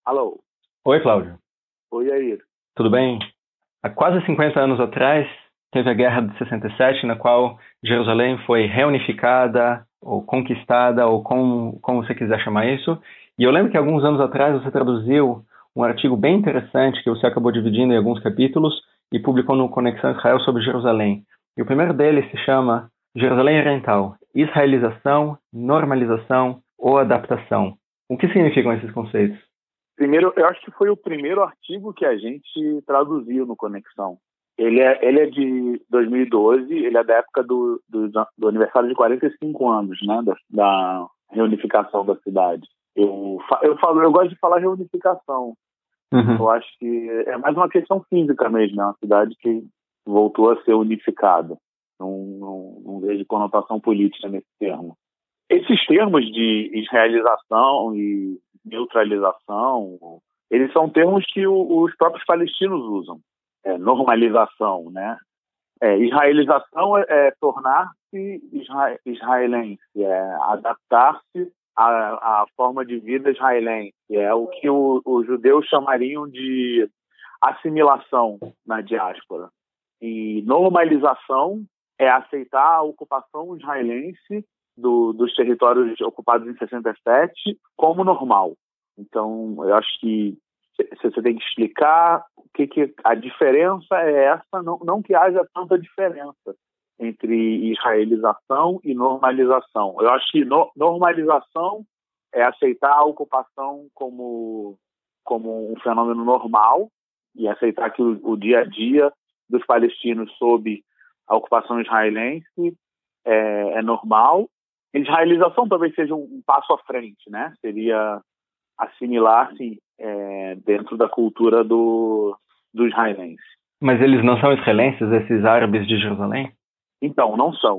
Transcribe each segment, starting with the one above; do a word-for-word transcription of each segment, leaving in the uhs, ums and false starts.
Alô? Oi, Cláudio. Oi, Yair. Tudo bem? Há quase cinquenta anos atrás, teve a Guerra de sessenta e sete, na qual Jerusalém foi reunificada, ou conquistada, ou como, como você quiser chamar isso. E eu lembro que alguns anos atrás você traduziu um artigo bem interessante que você acabou dividindo em alguns capítulos e publicou no Conexão Israel sobre Jerusalém. E o primeiro deles se chama Jerusalém Oriental: Israelização, Normalização ou Adaptação. O que significam esses conceitos? Primeiro, eu acho que foi o primeiro artigo que a gente traduziu no Conexão. Ele é, ele é de dois mil e doze, ele é da época do, do, do aniversário de quarenta e cinco anos, né, da, da reunificação da cidade. Eu, eu, falo, eu gosto de falar reunificação. Uhum. Eu acho que é mais uma questão física mesmo, né, uma cidade que voltou a ser unificada. Não, não, não vejo conotação política nesse termo. Esses termos de israelização e neutralização, eles são termos que o, os próprios palestinos usam. É, normalização, né? É, israelização é, é tornar-se isra israelense, é adaptar-se à, à forma de vida israelense. É o que o, os judeus chamariam de assimilação na diáspora. E normalização é aceitar a ocupação israelense Do, dos territórios ocupados em sessenta e sete como normal. Então, eu acho que você tem que explicar o que, que a diferença é essa, não, não que haja tanta diferença entre israelização e normalização. Eu acho que no, normalização é aceitar a ocupação como, como um fenômeno normal e aceitar que o, o dia a dia dos palestinos sob a ocupação israelense é, é normal. Israelização talvez seja um, um passo à frente, né? Seria assimilar-se é, dentro da cultura do, do israelense. Mas eles não são israelenses, esses árabes de Jerusalém? Então, não são.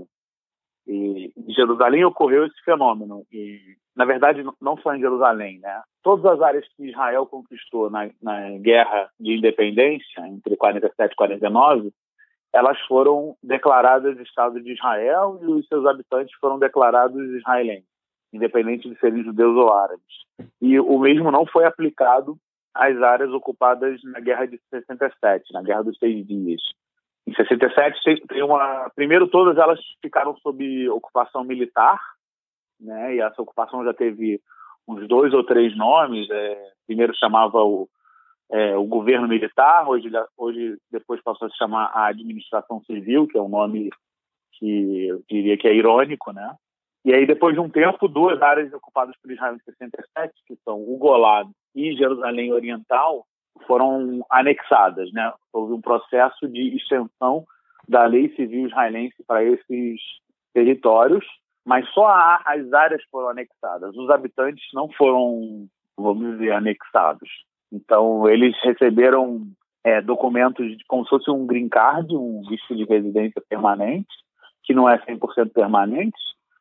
E em Jerusalém ocorreu esse fenômeno. E, na verdade, não só em Jerusalém, né? Todas as áreas que Israel conquistou na, na guerra de independência, entre quarenta e sete e quarenta e nove, elas foram declaradas Estado de Israel e os seus habitantes foram declarados israelenses, independente de serem judeus ou árabes. E o mesmo não foi aplicado às áreas ocupadas na Guerra de sessenta e sete, na Guerra dos Seis Dias. Em sessenta e sete, tem uma... primeiro, todas elas ficaram sob ocupação militar, né? E essa ocupação já teve uns dois ou três nomes. É... Primeiro chamava o É, o governo militar, hoje, hoje depois passou a se chamar a administração civil, que é um nome que eu diria que é irônico, né? E aí, depois de um tempo, duas áreas ocupadas por Israel em sessenta e sete, que são o Golã e Jerusalém Oriental, foram anexadas, né? Houve um processo de extensão da lei civil israelense para esses territórios, mas só as áreas foram anexadas. Os habitantes não foram, vamos dizer, anexados. Então, eles receberam é, documentos de, como se fosse um green card, um visto de residência permanente, que não é cem por cento permanente,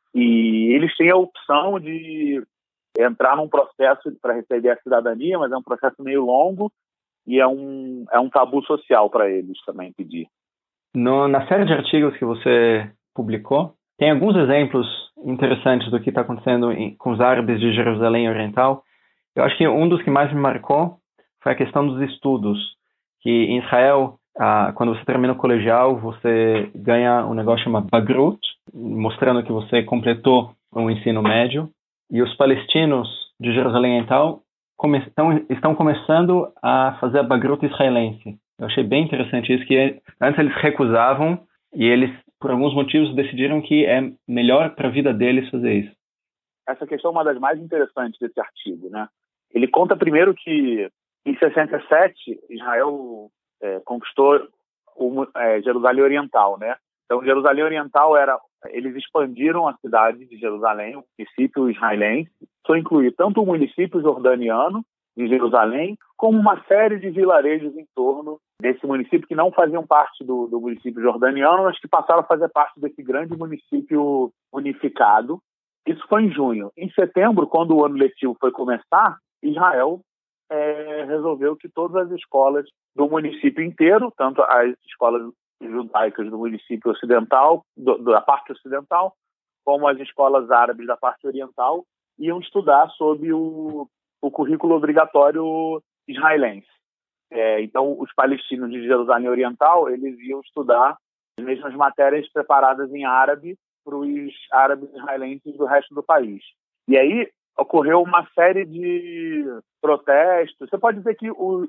e eles têm a opção de entrar num processo para receber a cidadania, mas é um processo meio longo e é um, é um tabu social para eles também pedir. No, na série de artigos que você publicou, tem alguns exemplos interessantes do que está acontecendo em, com os árabes de Jerusalém Oriental. Eu acho que um dos que mais me marcou foi a questão dos estudos, que em Israel, ah, quando você termina o colegial, você ganha um negócio chamado Bagrut, mostrando que você completou o ensino médio, e os palestinos de Jerusalém Oriental come, estão, estão começando a fazer a Bagrut israelense. Eu achei bem interessante isso, que antes eles recusavam, e eles, por alguns motivos, decidiram que é melhor para a vida deles fazer isso. Essa questão é uma das mais interessantes desse artigo, né? Ele conta primeiro que, em sessenta e sete, Israel é, conquistou o, é, Jerusalém Oriental, né? Então, Jerusalém Oriental era... Eles expandiram a cidade de Jerusalém, o município israelense, só incluir tanto o município jordaniano de Jerusalém, como uma série de vilarejos em torno desse município que não faziam parte do, do município jordaniano, mas que passaram a fazer parte desse grande município unificado. Isso foi em junho. Em setembro, quando o ano letivo foi começar, Israel é, resolveu que todas as escolas do município inteiro, tanto as escolas judaicas do município ocidental, do, da parte ocidental, como as escolas árabes da parte oriental, iam estudar sob o, o currículo obrigatório israelense. É, então, os palestinos de Jerusalém Oriental, eles iam estudar as mesmas matérias preparadas em árabe para os árabes israelenses do resto do país. E aí ocorreu uma série de protestos. Você pode dizer que os,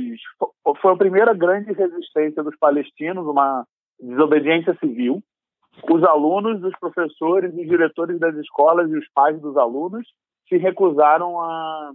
os, foi a primeira grande resistência dos palestinos, uma desobediência civil. Os alunos, os professores, os diretores das escolas e os pais dos alunos se recusaram a,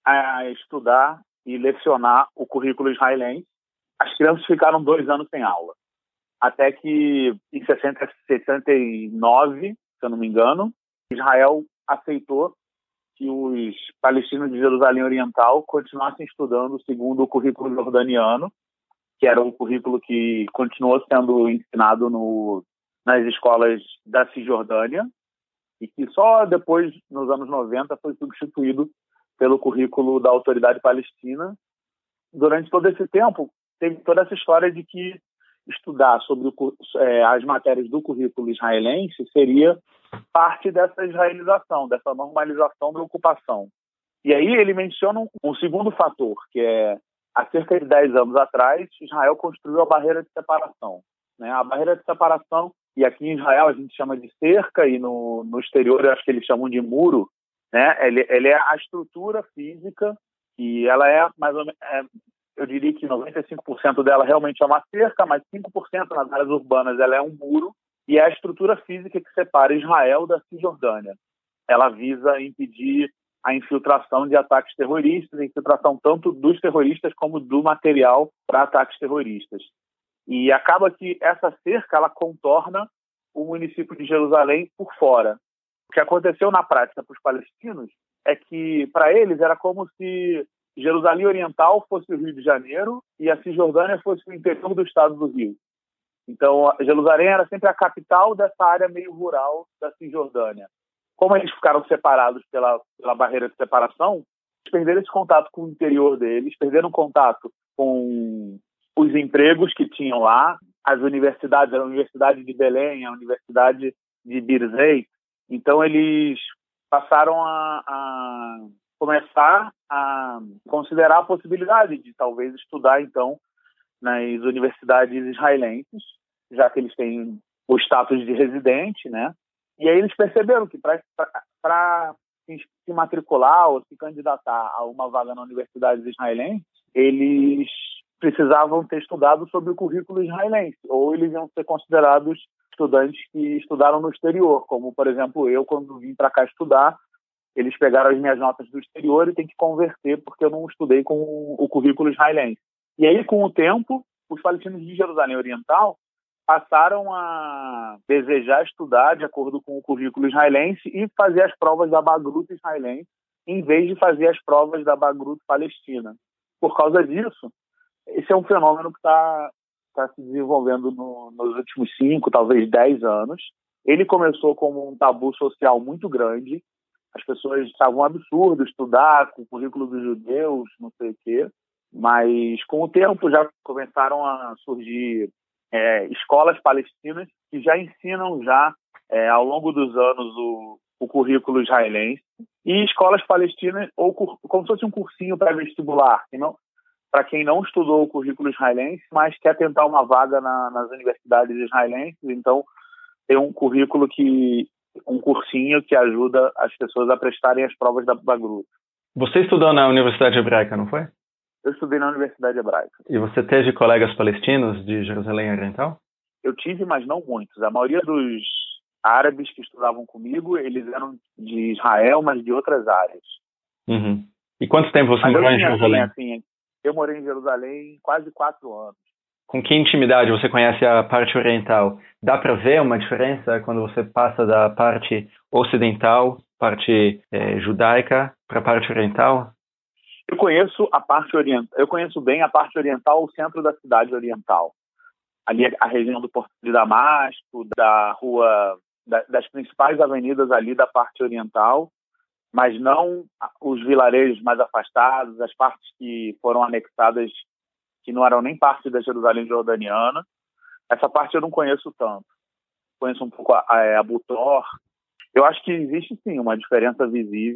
a estudar e lecionar o currículo israelense. As crianças ficaram dois anos sem aula. Até que, em sessenta, sessenta e nove, se eu não me engano, Israel aceitou que os palestinos de Jerusalém Oriental continuassem estudando segundo o currículo jordaniano, que era um currículo que continuou sendo ensinado no, nas escolas da Cisjordânia, e que só depois, nos anos noventa, foi substituído pelo currículo da Autoridade Palestina. Durante todo esse tempo, teve toda essa história de que estudar sobre o, é, as matérias do currículo israelense seria parte dessa israelização, dessa normalização da ocupação. E aí ele menciona um, um segundo fator, que é, há cerca de dez anos atrás, Israel construiu a barreira de separação. Né? A barreira de separação, e aqui em Israel a gente chama de cerca, e no, no exterior eu acho que eles chamam de muro, né? ele, ele é a estrutura física, e ela é mais ou menos... É, eu diria que noventa e cinco por cento dela realmente é uma cerca, mas cinco por cento nas áreas urbanas ela é um muro, e é a estrutura física que separa Israel da Cisjordânia. Ela visa impedir a infiltração de ataques terroristas, a infiltração tanto dos terroristas como do material para ataques terroristas. E acaba que essa cerca ela contorna o município de Jerusalém por fora. O que aconteceu na prática para os palestinos é que, para eles, era como se Jerusalém Oriental fosse o Rio de Janeiro e a Cisjordânia fosse o interior do estado do Rio. Então, Jerusalém era sempre a capital dessa área meio rural da Cisjordânia. Como eles ficaram separados pela, pela barreira de separação, eles perderam esse contato com o interior deles, perderam contato com os empregos que tinham lá, as universidades, a Universidade de Belém, a Universidade de Birzeit. Então, eles passaram a... a começar a considerar a possibilidade de talvez estudar, então, nas universidades israelenses, já que eles têm o status de residente, né? E aí eles perceberam que para se matricular ou se candidatar a uma vaga na universidade israelense, eles precisavam ter estudado sobre o currículo israelense, ou eles iam ser considerados estudantes que estudaram no exterior, como, por exemplo, eu, quando vim para cá estudar, eles pegaram as minhas notas do exterior e tem que converter porque eu não estudei com o currículo israelense. E aí, com o tempo, os palestinos de Jerusalém Oriental passaram a desejar estudar de acordo com o currículo israelense e fazer as provas da Bagrut israelense, em vez de fazer as provas da Bagrut palestina. Por causa disso, esse é um fenômeno que está tá se desenvolvendo no, nos últimos cinco, talvez dez anos. Ele começou como um tabu social muito grande. As pessoas estavam absurdo estudar com o currículo dos judeus, não sei o quê, mas com o tempo já começaram a surgir é, escolas palestinas que já ensinam já é, ao longo dos anos o, o currículo israelense, e escolas palestinas, ou como se fosse um cursinho pré-vestibular, para quem não estudou o currículo israelense, mas quer tentar uma vaga na, nas universidades israelenses, então tem um currículo que um cursinho que ajuda as pessoas a prestarem as provas da Bagrut. Você estudou na Universidade Hebraica, não foi? Eu estudei na Universidade Hebraica. E você teve colegas palestinos de Jerusalém Oriental? Eu tive, mas não muitos. A maioria dos árabes que estudavam comigo, eles eram de Israel, mas de outras áreas. Uhum. E quanto tempo você mas morou em Jerusalém? Assim, eu morei em Jerusalém quase quatro anos. Com que intimidade você conhece a parte oriental? Dá para ver uma diferença quando você passa da parte ocidental, parte é, judaica, para a parte oriental? Eu conheço a parte oriental. Eu conheço bem a parte oriental, o centro da cidade oriental. Ali a região do Porto de Damasco, da rua, da, das principais avenidas ali da parte oriental, mas não os vilarejos mais afastados, as partes que foram anexadas, que não eram nem parte da Jerusalém jordaniana. Essa parte eu não conheço tanto. Conheço um pouco a, a, a Butor. Eu acho que existe, sim, uma diferença visível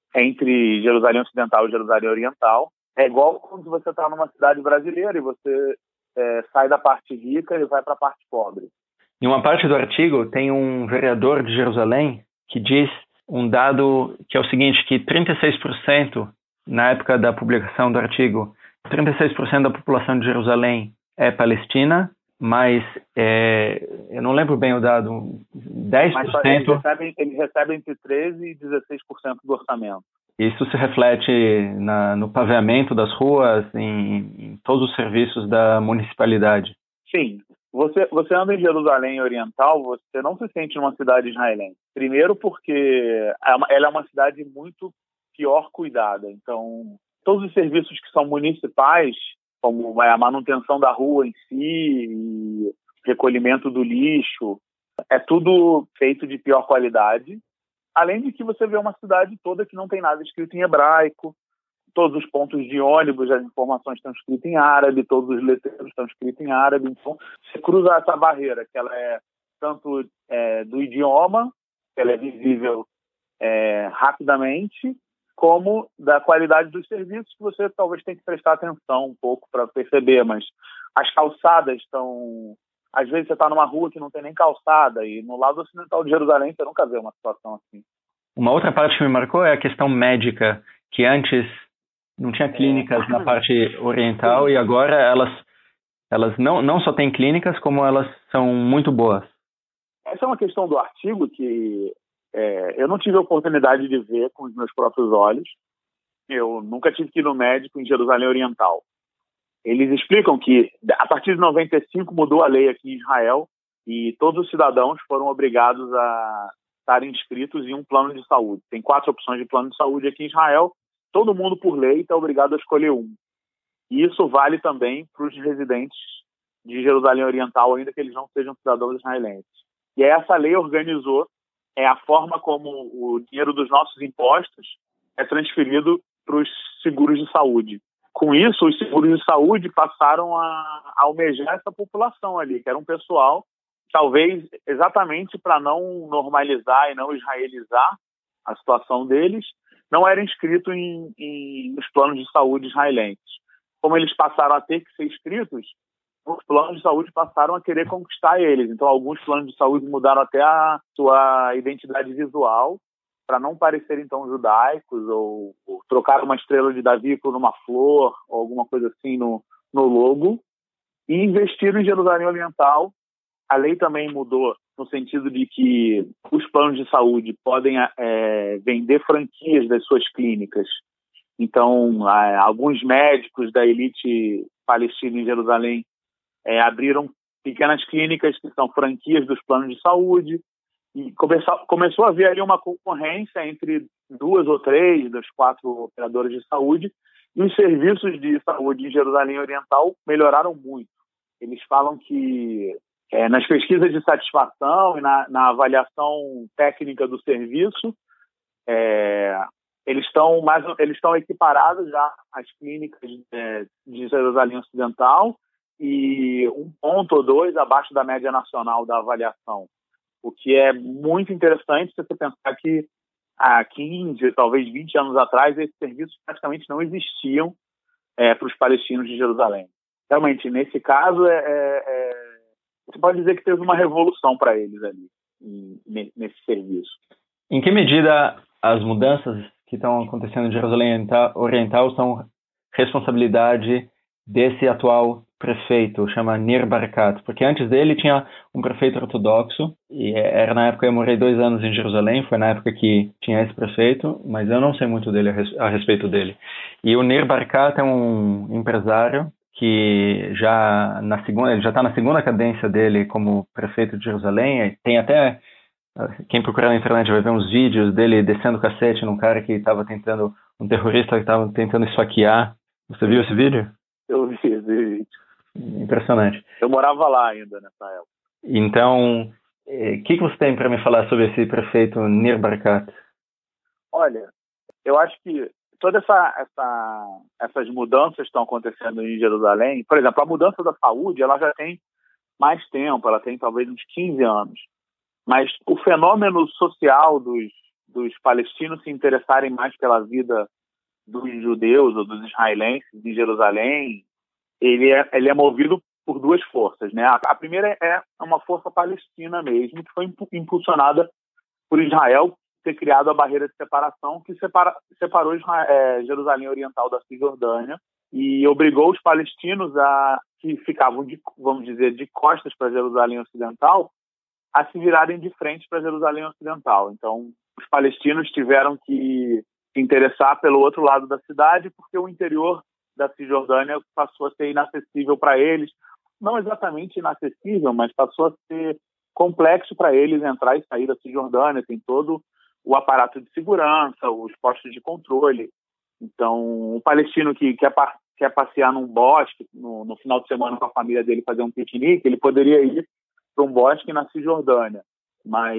entre Jerusalém Ocidental e Jerusalém Oriental. É igual quando você está numa cidade brasileira e você é, sai da parte rica e vai para a parte pobre. Em uma parte do artigo tem um vereador de Jerusalém que diz um dado que é o seguinte, que trinta e seis por cento na época da publicação do artigo, trinta e seis por cento da população de Jerusalém é palestina, mas é, eu não lembro bem o dado, dez por cento... Mas eles recebem, eles recebem entre treze por cento e dezesseis por cento do orçamento. Isso se reflete na, no paveamento das ruas, em, em todos os serviços da municipalidade. Sim. Você, você anda em Jerusalém Oriental, você não se sente numa cidade israelense. Primeiro porque ela é uma cidade muito pior cuidada. Então, todos os serviços que são municipais, como a manutenção da rua em si, e recolhimento do lixo, é tudo feito de pior qualidade. Além de que você vê uma cidade toda que não tem nada escrito em hebraico, todos os pontos de ônibus, as informações estão escritas em árabe, todos os letreiros estão escritos em árabe. Então, você cruza essa barreira, que ela é tanto é, do idioma, que ela é visível é, rapidamente, como da qualidade dos serviços, que você talvez tenha que prestar atenção um pouco para perceber. Mas as calçadas estão... Às vezes você está numa rua que não tem nem calçada, e no lado ocidental de Jerusalém você nunca vê uma situação assim. Uma outra parte que me marcou é a questão médica, que antes não tinha clínicas é. na parte oriental, Sim. e agora elas, elas não, não só têm clínicas, como elas são muito boas. Essa é uma questão do artigo que é, eu não tive a oportunidade de ver com os meus próprios olhos. Eu nunca tive que ir no médico em Jerusalém Oriental. Eles explicam que, a partir de noventa e cinco, mudou a lei aqui em Israel e todos os cidadãos foram obrigados a estarem inscritos em um plano de saúde. Tem quatro opções de plano de saúde aqui em Israel. Todo mundo, por lei, está obrigado a escolher um. E isso vale também para os residentes de Jerusalém Oriental, ainda que eles não sejam cidadãos israelenses. E essa lei organizou é a forma como o dinheiro dos nossos impostos é transferido para os seguros de saúde. Com isso, os seguros de saúde passaram a, a almejar essa população ali, que era um pessoal, talvez exatamente para não normalizar e não israelizar a situação deles, não era inscrito em, em, nos planos de saúde israelenses. Como eles passaram a ter que ser inscritos, os planos de saúde passaram a querer conquistar eles. Então, alguns planos de saúde mudaram até a sua identidade visual, para não parecerem tão judaicos, ou, ou trocar uma estrela de Davi por uma flor, ou alguma coisa assim no, no logo, e investiram em Jerusalém Oriental. A lei também mudou no sentido de que os planos de saúde podem é, vender franquias das suas clínicas. Então, é, alguns médicos da elite palestina em Jerusalém é, abriram pequenas clínicas que são franquias dos planos de saúde. E começou, começou a haver ali uma concorrência entre duas ou três das quatro operadoras de saúde, e os serviços de saúde em Jerusalém Oriental melhoraram muito. Eles falam que é, nas pesquisas de satisfação e na, na avaliação técnica do serviço, é, eles estão mais, eles estão equiparados já às clínicas é, de Jerusalém Ocidental e um ponto ou dois abaixo da média nacional da avaliação. O que é muito interessante se você pensar que há quinze, talvez vinte anos atrás, esses serviços praticamente não existiam é, para os palestinos de Jerusalém. Realmente, nesse caso, é, é, você pode dizer que teve uma revolução para eles ali, em, nesse serviço. Em que medida as mudanças que estão acontecendo em Jerusalém Oriental são responsabilidade desse atual prefeito, chama Nir Barkat, porque antes dele tinha um prefeito ortodoxo, e era na época, eu morei dois anos em Jerusalém, foi na época que tinha esse prefeito, mas eu não sei muito dele a, res, a respeito dele. E o Nir Barkat é um empresário que já na segunda, ele já está na segunda cadência dele como prefeito de Jerusalém, tem até, quem procurar na internet vai ver uns vídeos dele descendo o cacete num cara que estava tentando, um terrorista que estava tentando esfaquear. Você viu esse vídeo? Eu vi esse vídeo. Impressionante. Eu morava lá ainda nessa época. Então, o eh, que, que você tem para me falar sobre esse prefeito Nir Barkat? Olha, eu acho que todas essa, essa, essas mudanças estão acontecendo em Jerusalém. Por exemplo, a mudança da saúde, ela já tem mais tempo, ela tem talvez uns quinze anos. Mas o fenômeno social dos, dos palestinos se interessarem mais pela vida dos judeus ou dos israelenses em Jerusalém, ele é, ele é movido por duas forças, né? A, a primeira é uma força palestina mesmo, que foi impulsionada por Israel ter criado a barreira de separação que separa, separou Israel, é, Jerusalém Oriental da Cisjordânia e obrigou os palestinos a que ficavam, de, vamos dizer, de costas para Jerusalém Ocidental a se virarem de frente para Jerusalém Ocidental. Então, os palestinos tiveram que se interessar pelo outro lado da cidade porque o interior da Cisjordânia passou a ser inacessível para eles. Não exatamente inacessível, mas passou a ser complexo para eles entrar e sair da Cisjordânia. Tem todo o aparato de segurança, os postos de controle. Então, o palestino que quer, quer passear num bosque no, no final de semana com a família dele, fazer um piquenique, ele poderia ir para um bosque na Cisjordânia, mas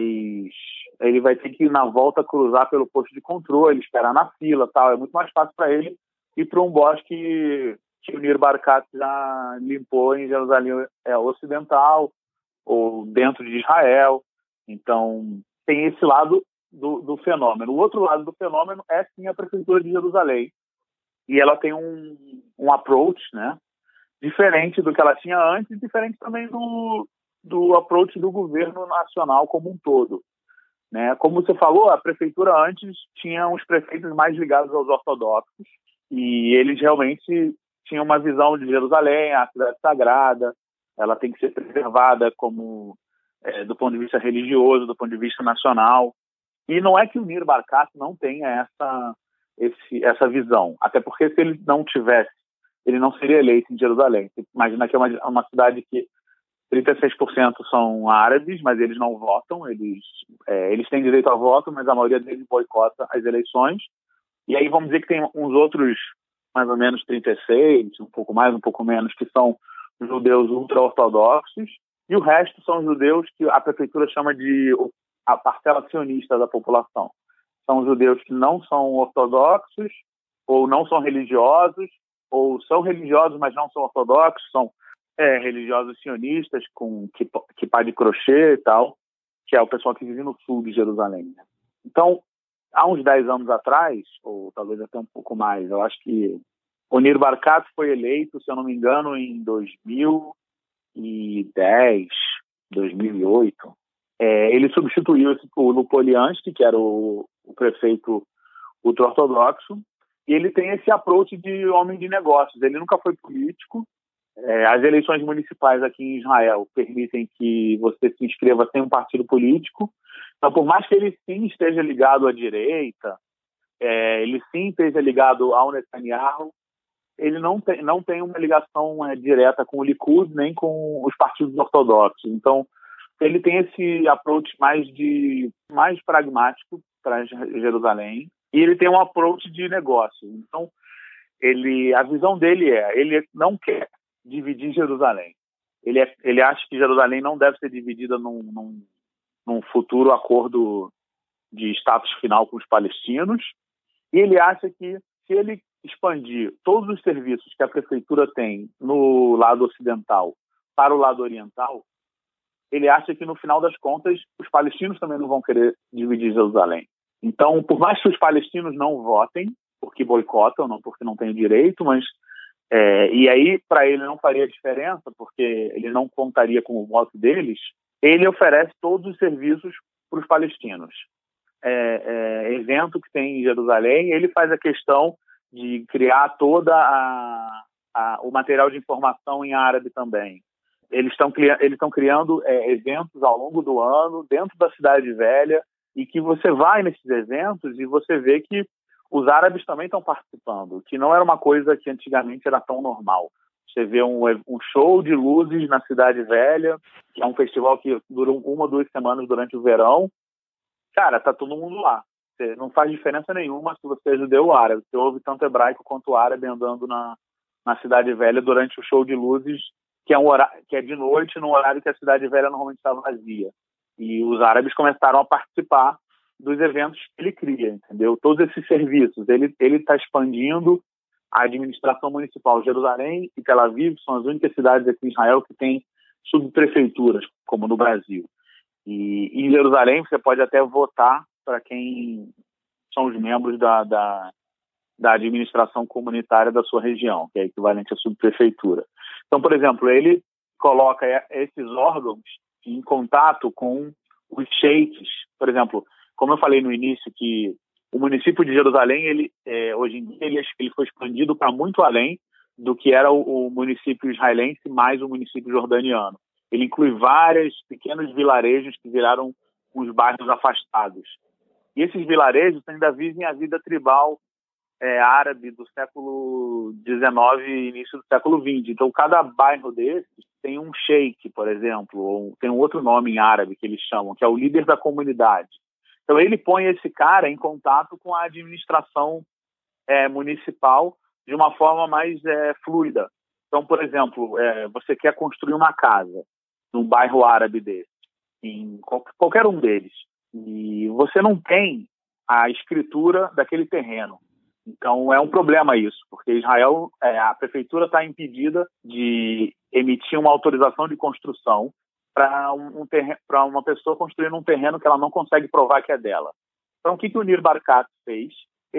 ele vai ter que ir na volta cruzar pelo posto de controle, esperar na fila, tal. É muito mais fácil para ele ir para um bosque que o Nir Barkat já limpou em Jerusalém é, Ocidental ou dentro de Israel. Então, tem esse lado do, do fenômeno. O outro lado do fenômeno é, sim, a Prefeitura de Jerusalém. E ela tem um, um approach, né, diferente do que ela tinha antes, diferente também do, do approach do governo nacional como um todo. Né? Como você falou, a Prefeitura antes tinha uns prefeitos mais ligados aos ortodoxos e eles realmente tinham uma visão de Jerusalém, a cidade sagrada, ela tem que ser preservada como, é, do ponto de vista religioso, do ponto de vista nacional. E não é que o Nir Barkat não tenha essa, esse, essa visão, até porque se ele não tivesse, ele não seria eleito em Jerusalém. Você imagina que é uma, uma cidade que trinta e seis por cento são árabes, mas eles não votam, eles, é, eles têm direito a voto, mas a maioria deles boicota as eleições. E aí vamos dizer que tem uns outros, mais ou menos trinta e seis, um pouco mais, um pouco menos, que são judeus ultra-ortodoxos, e o resto são judeus que a prefeitura chama de a parcela sionista da população. São judeus que não são ortodoxos, ou não são religiosos, ou são religiosos, mas não são ortodoxos, são é, religiosos sionistas com quipá de crochê e tal, que é o pessoal que vive no sul de Jerusalém. Né? Então, há uns dez anos atrás, ou talvez até um pouco mais, eu acho que o Nir Barkat foi eleito, se eu não me engano, em dois mil e dez, dois mil e oito. É, ele substituiu o Lupoliansky, que era o, o prefeito ultra-ortodoxo, e ele tem esse approach de homem de negócios. Ele nunca foi político. É, as eleições municipais aqui em Israel permitem que você se inscreva sem um partido político. Então, por mais que ele sim esteja ligado à direita, é, ele sim esteja ligado ao Netanyahu, ele não tem, não tem uma ligação é, direta com o Likud nem com os partidos ortodoxos. Então, ele tem esse approach mais, de, mais pragmático para Jerusalém e ele tem um approach de negócio. Então, ele, a visão dele é, ele não quer dividir Jerusalém. Ele, é, ele acha que Jerusalém não deve ser dividida num, num, num futuro acordo de status final com os palestinos, e ele acha que se ele expandir todos os serviços que a prefeitura tem no lado ocidental para o lado oriental, ele acha que, no final das contas, os palestinos também não vão querer dividir Jerusalém. Então, por mais que os palestinos não votem, porque boicotam, não porque não têm direito, mas... É, e aí, para ele, não faria diferença, porque ele não contaria com o voto deles, ele oferece todos os serviços para os palestinos. É, é, evento que tem em Jerusalém, ele faz a questão de criar toda a, a, o material de informação em árabe também. Eles estão eles estão criando é, eventos ao longo do ano dentro da Cidade Velha e que você vai nesses eventos e você vê que os árabes também estão participando, que não era uma coisa que antigamente era tão normal. Você vê um, um show de luzes na Cidade Velha, que é um festival que dura uma ou duas semanas durante o verão. Cara, tá todo mundo lá. Você, não faz diferença nenhuma se você é judeu ou árabe. Você ouve tanto hebraico quanto árabe andando na, na Cidade Velha durante o show de luzes, que é, um horário, que é de noite, no horário que a Cidade Velha normalmente está vazia. E os árabes começaram a participar dos eventos que ele cria, entendeu? Todos esses serviços. Ele ele está expandindo a administração municipal. Jerusalém e Tel Aviv são as únicas cidades aqui em Israel que têm subprefeituras, como no Brasil. E em Jerusalém você pode até votar para quem são os membros da, da, da administração comunitária da sua região, que é equivalente à subprefeitura. Então, por exemplo, ele coloca esses órgãos em contato com os sheiks. Por exemplo, como eu falei no início, que o município de Jerusalém, ele, é, hoje em dia, ele, ele foi expandido para muito além do que era o, o município israelense mais o município jordaniano. Ele inclui vários pequenos vilarejos que viraram uns bairros afastados. E esses vilarejos ainda vivem a vida tribal é, árabe do século dezenove e início do século vinte. Então, cada bairro desses tem um sheik, por exemplo, ou tem um outro nome em árabe que eles chamam, que é o líder da comunidade. Então, ele põe esse cara em contato com a administração é, municipal de uma forma mais é, fluida. Então, por exemplo, é, você quer construir uma casa num bairro árabe desse, em qualquer um deles, e você não tem a escritura daquele terreno. Então, é um problema isso, porque Israel, é, a prefeitura está impedida de emitir uma autorização de construção para um, um para uma pessoa construir num terreno que ela não consegue provar que é dela. Então, o que, que o Nir Barkat fez?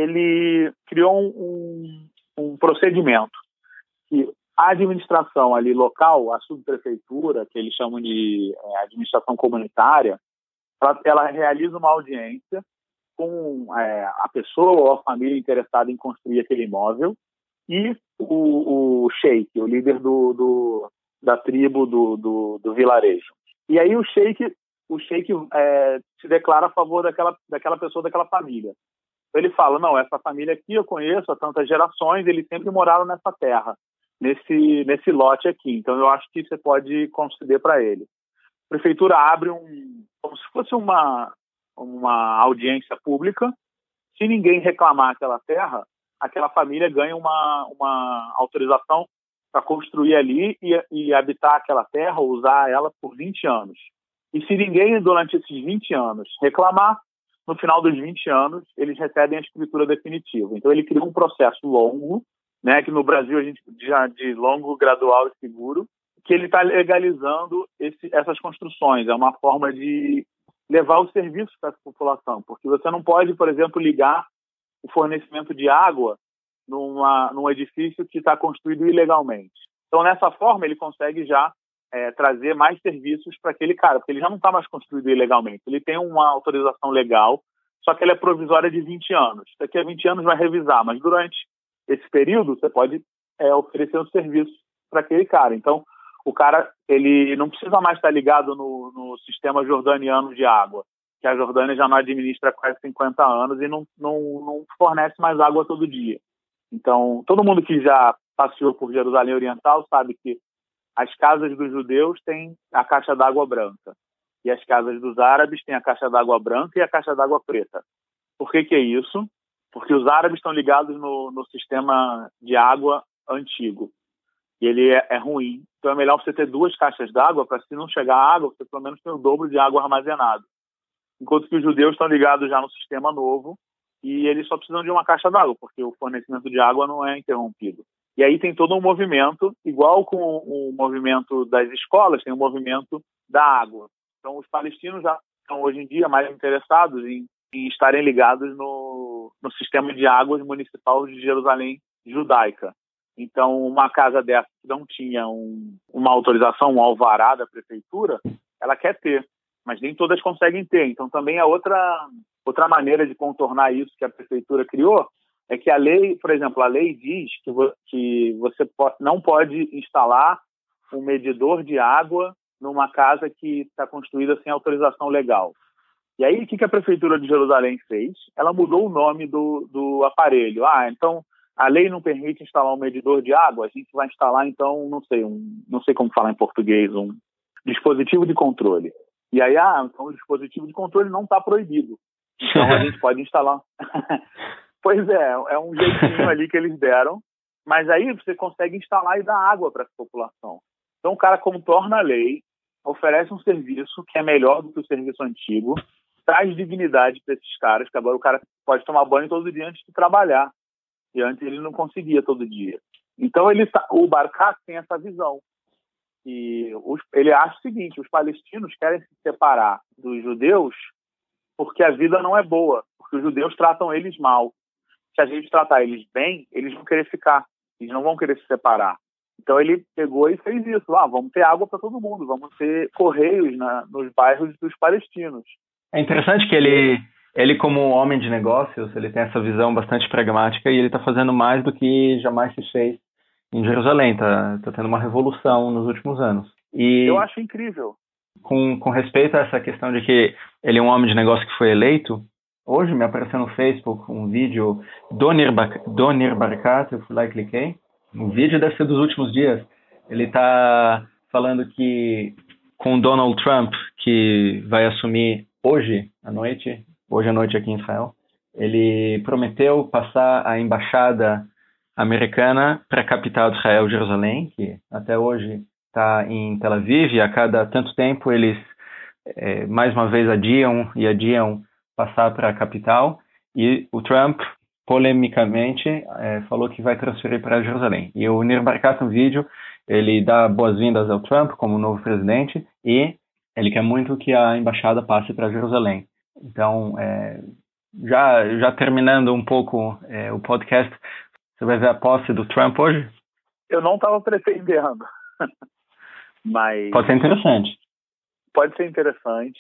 Ele criou um, um, um procedimento que a administração ali local, a subprefeitura, que eles chamam de é, administração comunitária, ela, ela realiza uma audiência com é, a pessoa ou a família interessada em construir aquele imóvel e o, o sheik, o líder do, do, da tribo do, do, do vilarejo. E aí o sheik, o sheik é, se declara a favor daquela, daquela pessoa, daquela família. Ele fala, não, essa família aqui eu conheço há tantas gerações, eles sempre moraram nessa terra, nesse, nesse lote aqui, então eu acho que você pode conceder para ele. A prefeitura abre um, como se fosse uma... uma audiência pública. Se ninguém reclamar aquela terra, aquela família ganha uma, uma autorização para construir ali e, e habitar aquela terra, ou usar ela por vinte anos. E se ninguém, durante esses vinte anos, reclamar, no final dos vinte anos, eles recebem a escritura definitiva. Então, ele cria um processo longo, né, que no Brasil a gente já de longo, gradual e seguro, que ele está legalizando esse, essas construções. É uma forma de levar os serviços para essa população, porque você não pode, por exemplo, ligar o fornecimento de água numa, num edifício que está construído ilegalmente. Então, nessa forma, ele consegue já é, trazer mais serviços para aquele cara, porque ele já não está mais construído ilegalmente. Ele tem uma autorização legal, só que ela é provisória de vinte anos. Daqui a vinte anos vai revisar, mas durante esse período você pode é, oferecer um serviço para aquele cara. Então, o cara ele não precisa mais estar ligado no, no sistema jordaniano de água, que a Jordânia já não administra há quase cinquenta anos e não, não, não fornece mais água todo dia. Então, todo mundo que já passeou por Jerusalém Oriental sabe que as casas dos judeus têm a caixa d'água branca e as casas dos árabes têm a caixa d'água branca e a caixa d'água preta. Por que que é isso? Porque os árabes estão ligados no, no sistema de água antigo. E ele é, é ruim. Então é melhor você ter duas caixas d'água para, se não chegar água, você pelo menos tem o dobro de água armazenado. Enquanto que os judeus estão ligados já no sistema novo e eles só precisam de uma caixa d'água, porque o fornecimento de água não é interrompido. E aí tem todo um movimento, igual com o movimento das escolas, tem o movimento da água. Então os palestinos já estão hoje em dia mais interessados em, em estarem ligados no, no sistema de águas municipal de Jerusalém judaica. Então, uma casa dessa que não tinha um, uma autorização, um alvará da prefeitura, ela quer ter, mas nem todas conseguem ter. Então, também a outra, outra maneira de contornar isso que a prefeitura criou é que a lei, por exemplo, a lei diz que, vo, que você po- não pode instalar um medidor de água numa casa que está construída sem autorização legal. E aí, o que, que a prefeitura de Jerusalém fez? Ela mudou o nome do, do aparelho. Ah, então... a lei não permite instalar um medidor de água, a gente vai instalar, então, não sei, um, não sei como falar em português, um dispositivo de controle. E aí, ah, então o dispositivo de controle não está proibido. Então, a gente pode instalar. Pois é, é um jeitinho ali que eles deram, mas aí você consegue instalar e dar água para essa população. Então, o cara contorna a lei, oferece um serviço que é melhor do que o serviço antigo, traz dignidade para esses caras, que agora o cara pode tomar banho todo dia antes de trabalhar. E antes ele não conseguia todo dia. Então, ele, o Barkat tem essa visão. E os, ele acha o seguinte, os palestinos querem se separar dos judeus porque a vida não é boa, porque os judeus tratam eles mal. Se a gente tratar eles bem, eles vão querer ficar, eles não vão querer se separar. Então ele pegou e fez isso. Ah, vamos ter água para todo mundo, vamos ter correios na, nos bairros dos palestinos. É interessante que ele, ele como homem de negócios, ele tem essa visão bastante pragmática e ele está fazendo mais do que jamais se fez em Jerusalém. Está tá tendo uma revolução nos últimos anos. E eu acho incrível. Com, com respeito a essa questão de que ele é um homem de negócio que foi eleito, hoje me apareceu no Facebook um vídeo do Nir, do Nir Barkat, eu fui lá e cliquei. O vídeo deve ser dos últimos dias. Ele está falando que com Donald Trump, que vai assumir hoje à noite, hoje à noite aqui em Israel, ele prometeu passar a embaixada americana para a capital de Israel, Jerusalém, que até hoje está em Tel Aviv, e a cada tanto tempo eles, é, mais uma vez, adiam e adiam passar para a capital, e o Trump, polemicamente, é, falou que vai transferir para Jerusalém. E o Nir Barkat, no vídeo, ele dá boas-vindas ao Trump como novo presidente, e ele quer muito que a embaixada passe para Jerusalém. Então, é, já, já terminando um pouco é, o podcast, você vai ver a posse do Trump hoje? Eu não estava pretendendo. Mas pode ser interessante. Pode ser interessante.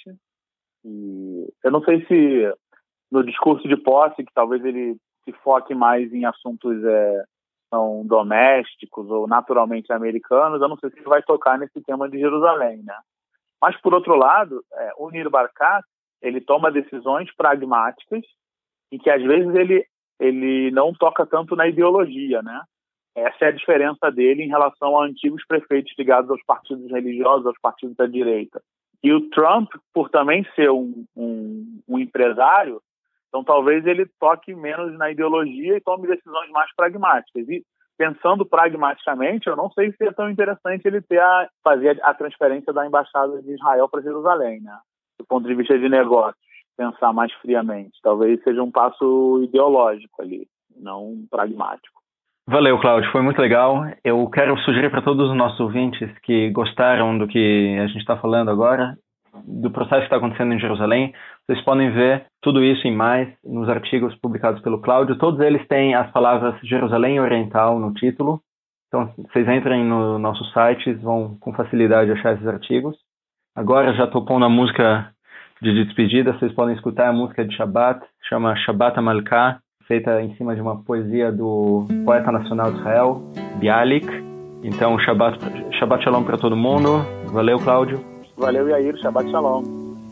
E eu não sei se no discurso de posse, que talvez ele se foque mais em assuntos é, são domésticos ou naturalmente americanos, eu não sei se ele vai tocar nesse tema de Jerusalém, né? Mas, por outro lado, é, o Nir Barkat, ele toma decisões pragmáticas e que, às vezes, ele, ele não toca tanto na ideologia, né? Essa é a diferença dele em relação a antigos prefeitos ligados aos partidos religiosos, aos partidos da direita. E o Trump, por também ser um, um, um empresário, então talvez ele toque menos na ideologia e tome decisões mais pragmáticas. E pensando pragmaticamente, eu não sei se é tão interessante ele ter a, fazer a transferência da embaixada de Israel para Jerusalém, né? Do ponto de vista de negócios, pensar mais friamente. Talvez seja um passo ideológico ali, não pragmático. Valeu, Cláudio. Foi muito legal. Eu quero sugerir para todos os nossos ouvintes que gostaram do que a gente está falando agora, do processo que está acontecendo em Jerusalém, vocês podem ver tudo isso e mais nos artigos publicados pelo Cláudio. Todos eles têm as palavras Jerusalém Oriental no título. Então, vocês entrem no nosso site, vão com facilidade achar esses artigos. Agora já estou pondo a música de despedida. Vocês podem escutar a música de Shabbat, chama Shabbat HaMalkah, feita em cima de uma poesia do poeta nacional de Israel, Bialik. Então, Shabbat, Shabbat Shalom para todo mundo. Valeu, Cláudio. Valeu, Yair. Shabbat Shalom.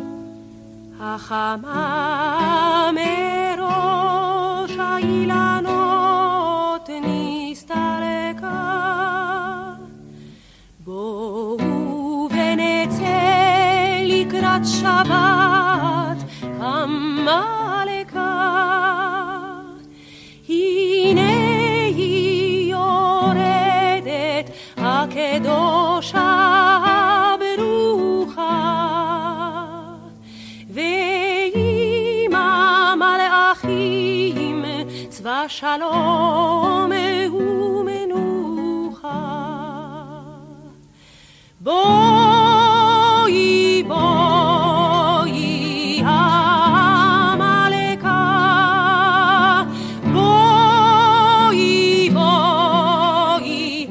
Shabbat HaMalekah הקדושה ברוכה ועם המלאכים צבא שלום ומנוחה בואי בואי המלכה בואי בואי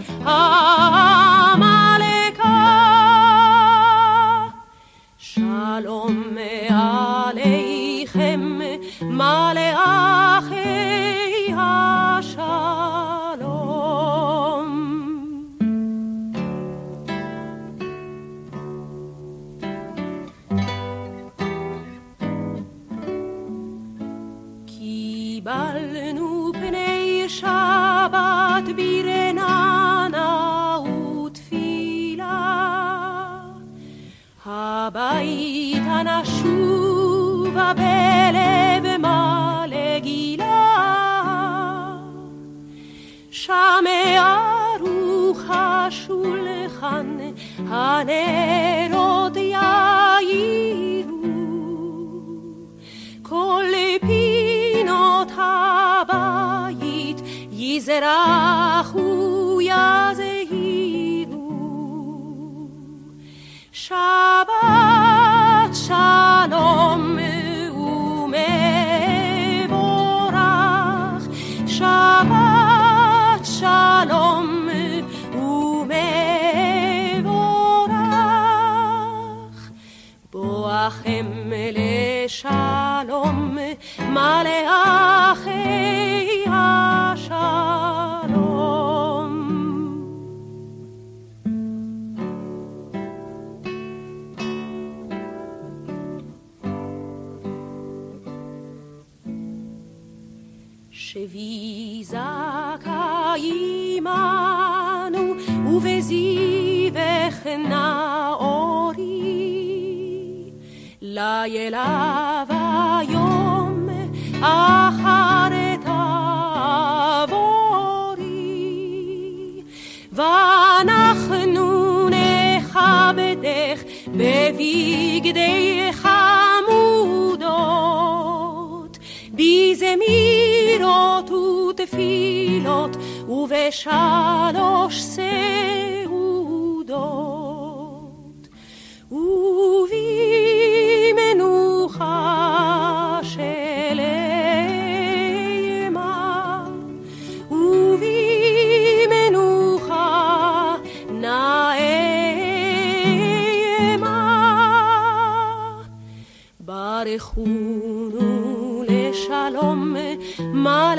שלום עליכם מלאכי השלום. קיבלנו פני שבת ברננה ותפילה הביתה נשובה בלב מלא גילה שם ערוך השולחן הנרות יאירו כל פינות הבית יזרחו יזהירו שבת שלום לכם לשלום מלאכי השלום. שבי זכאי עמנו ובזיווך נאורי לילה ויום אחר תעבורי ואנחנו נכבדך בבגדי חמודות בזמירות ותפילות ובשלוש סעודות ובמנוחה של אימה ובמנוחה נעימה ברכונו לשלום מלא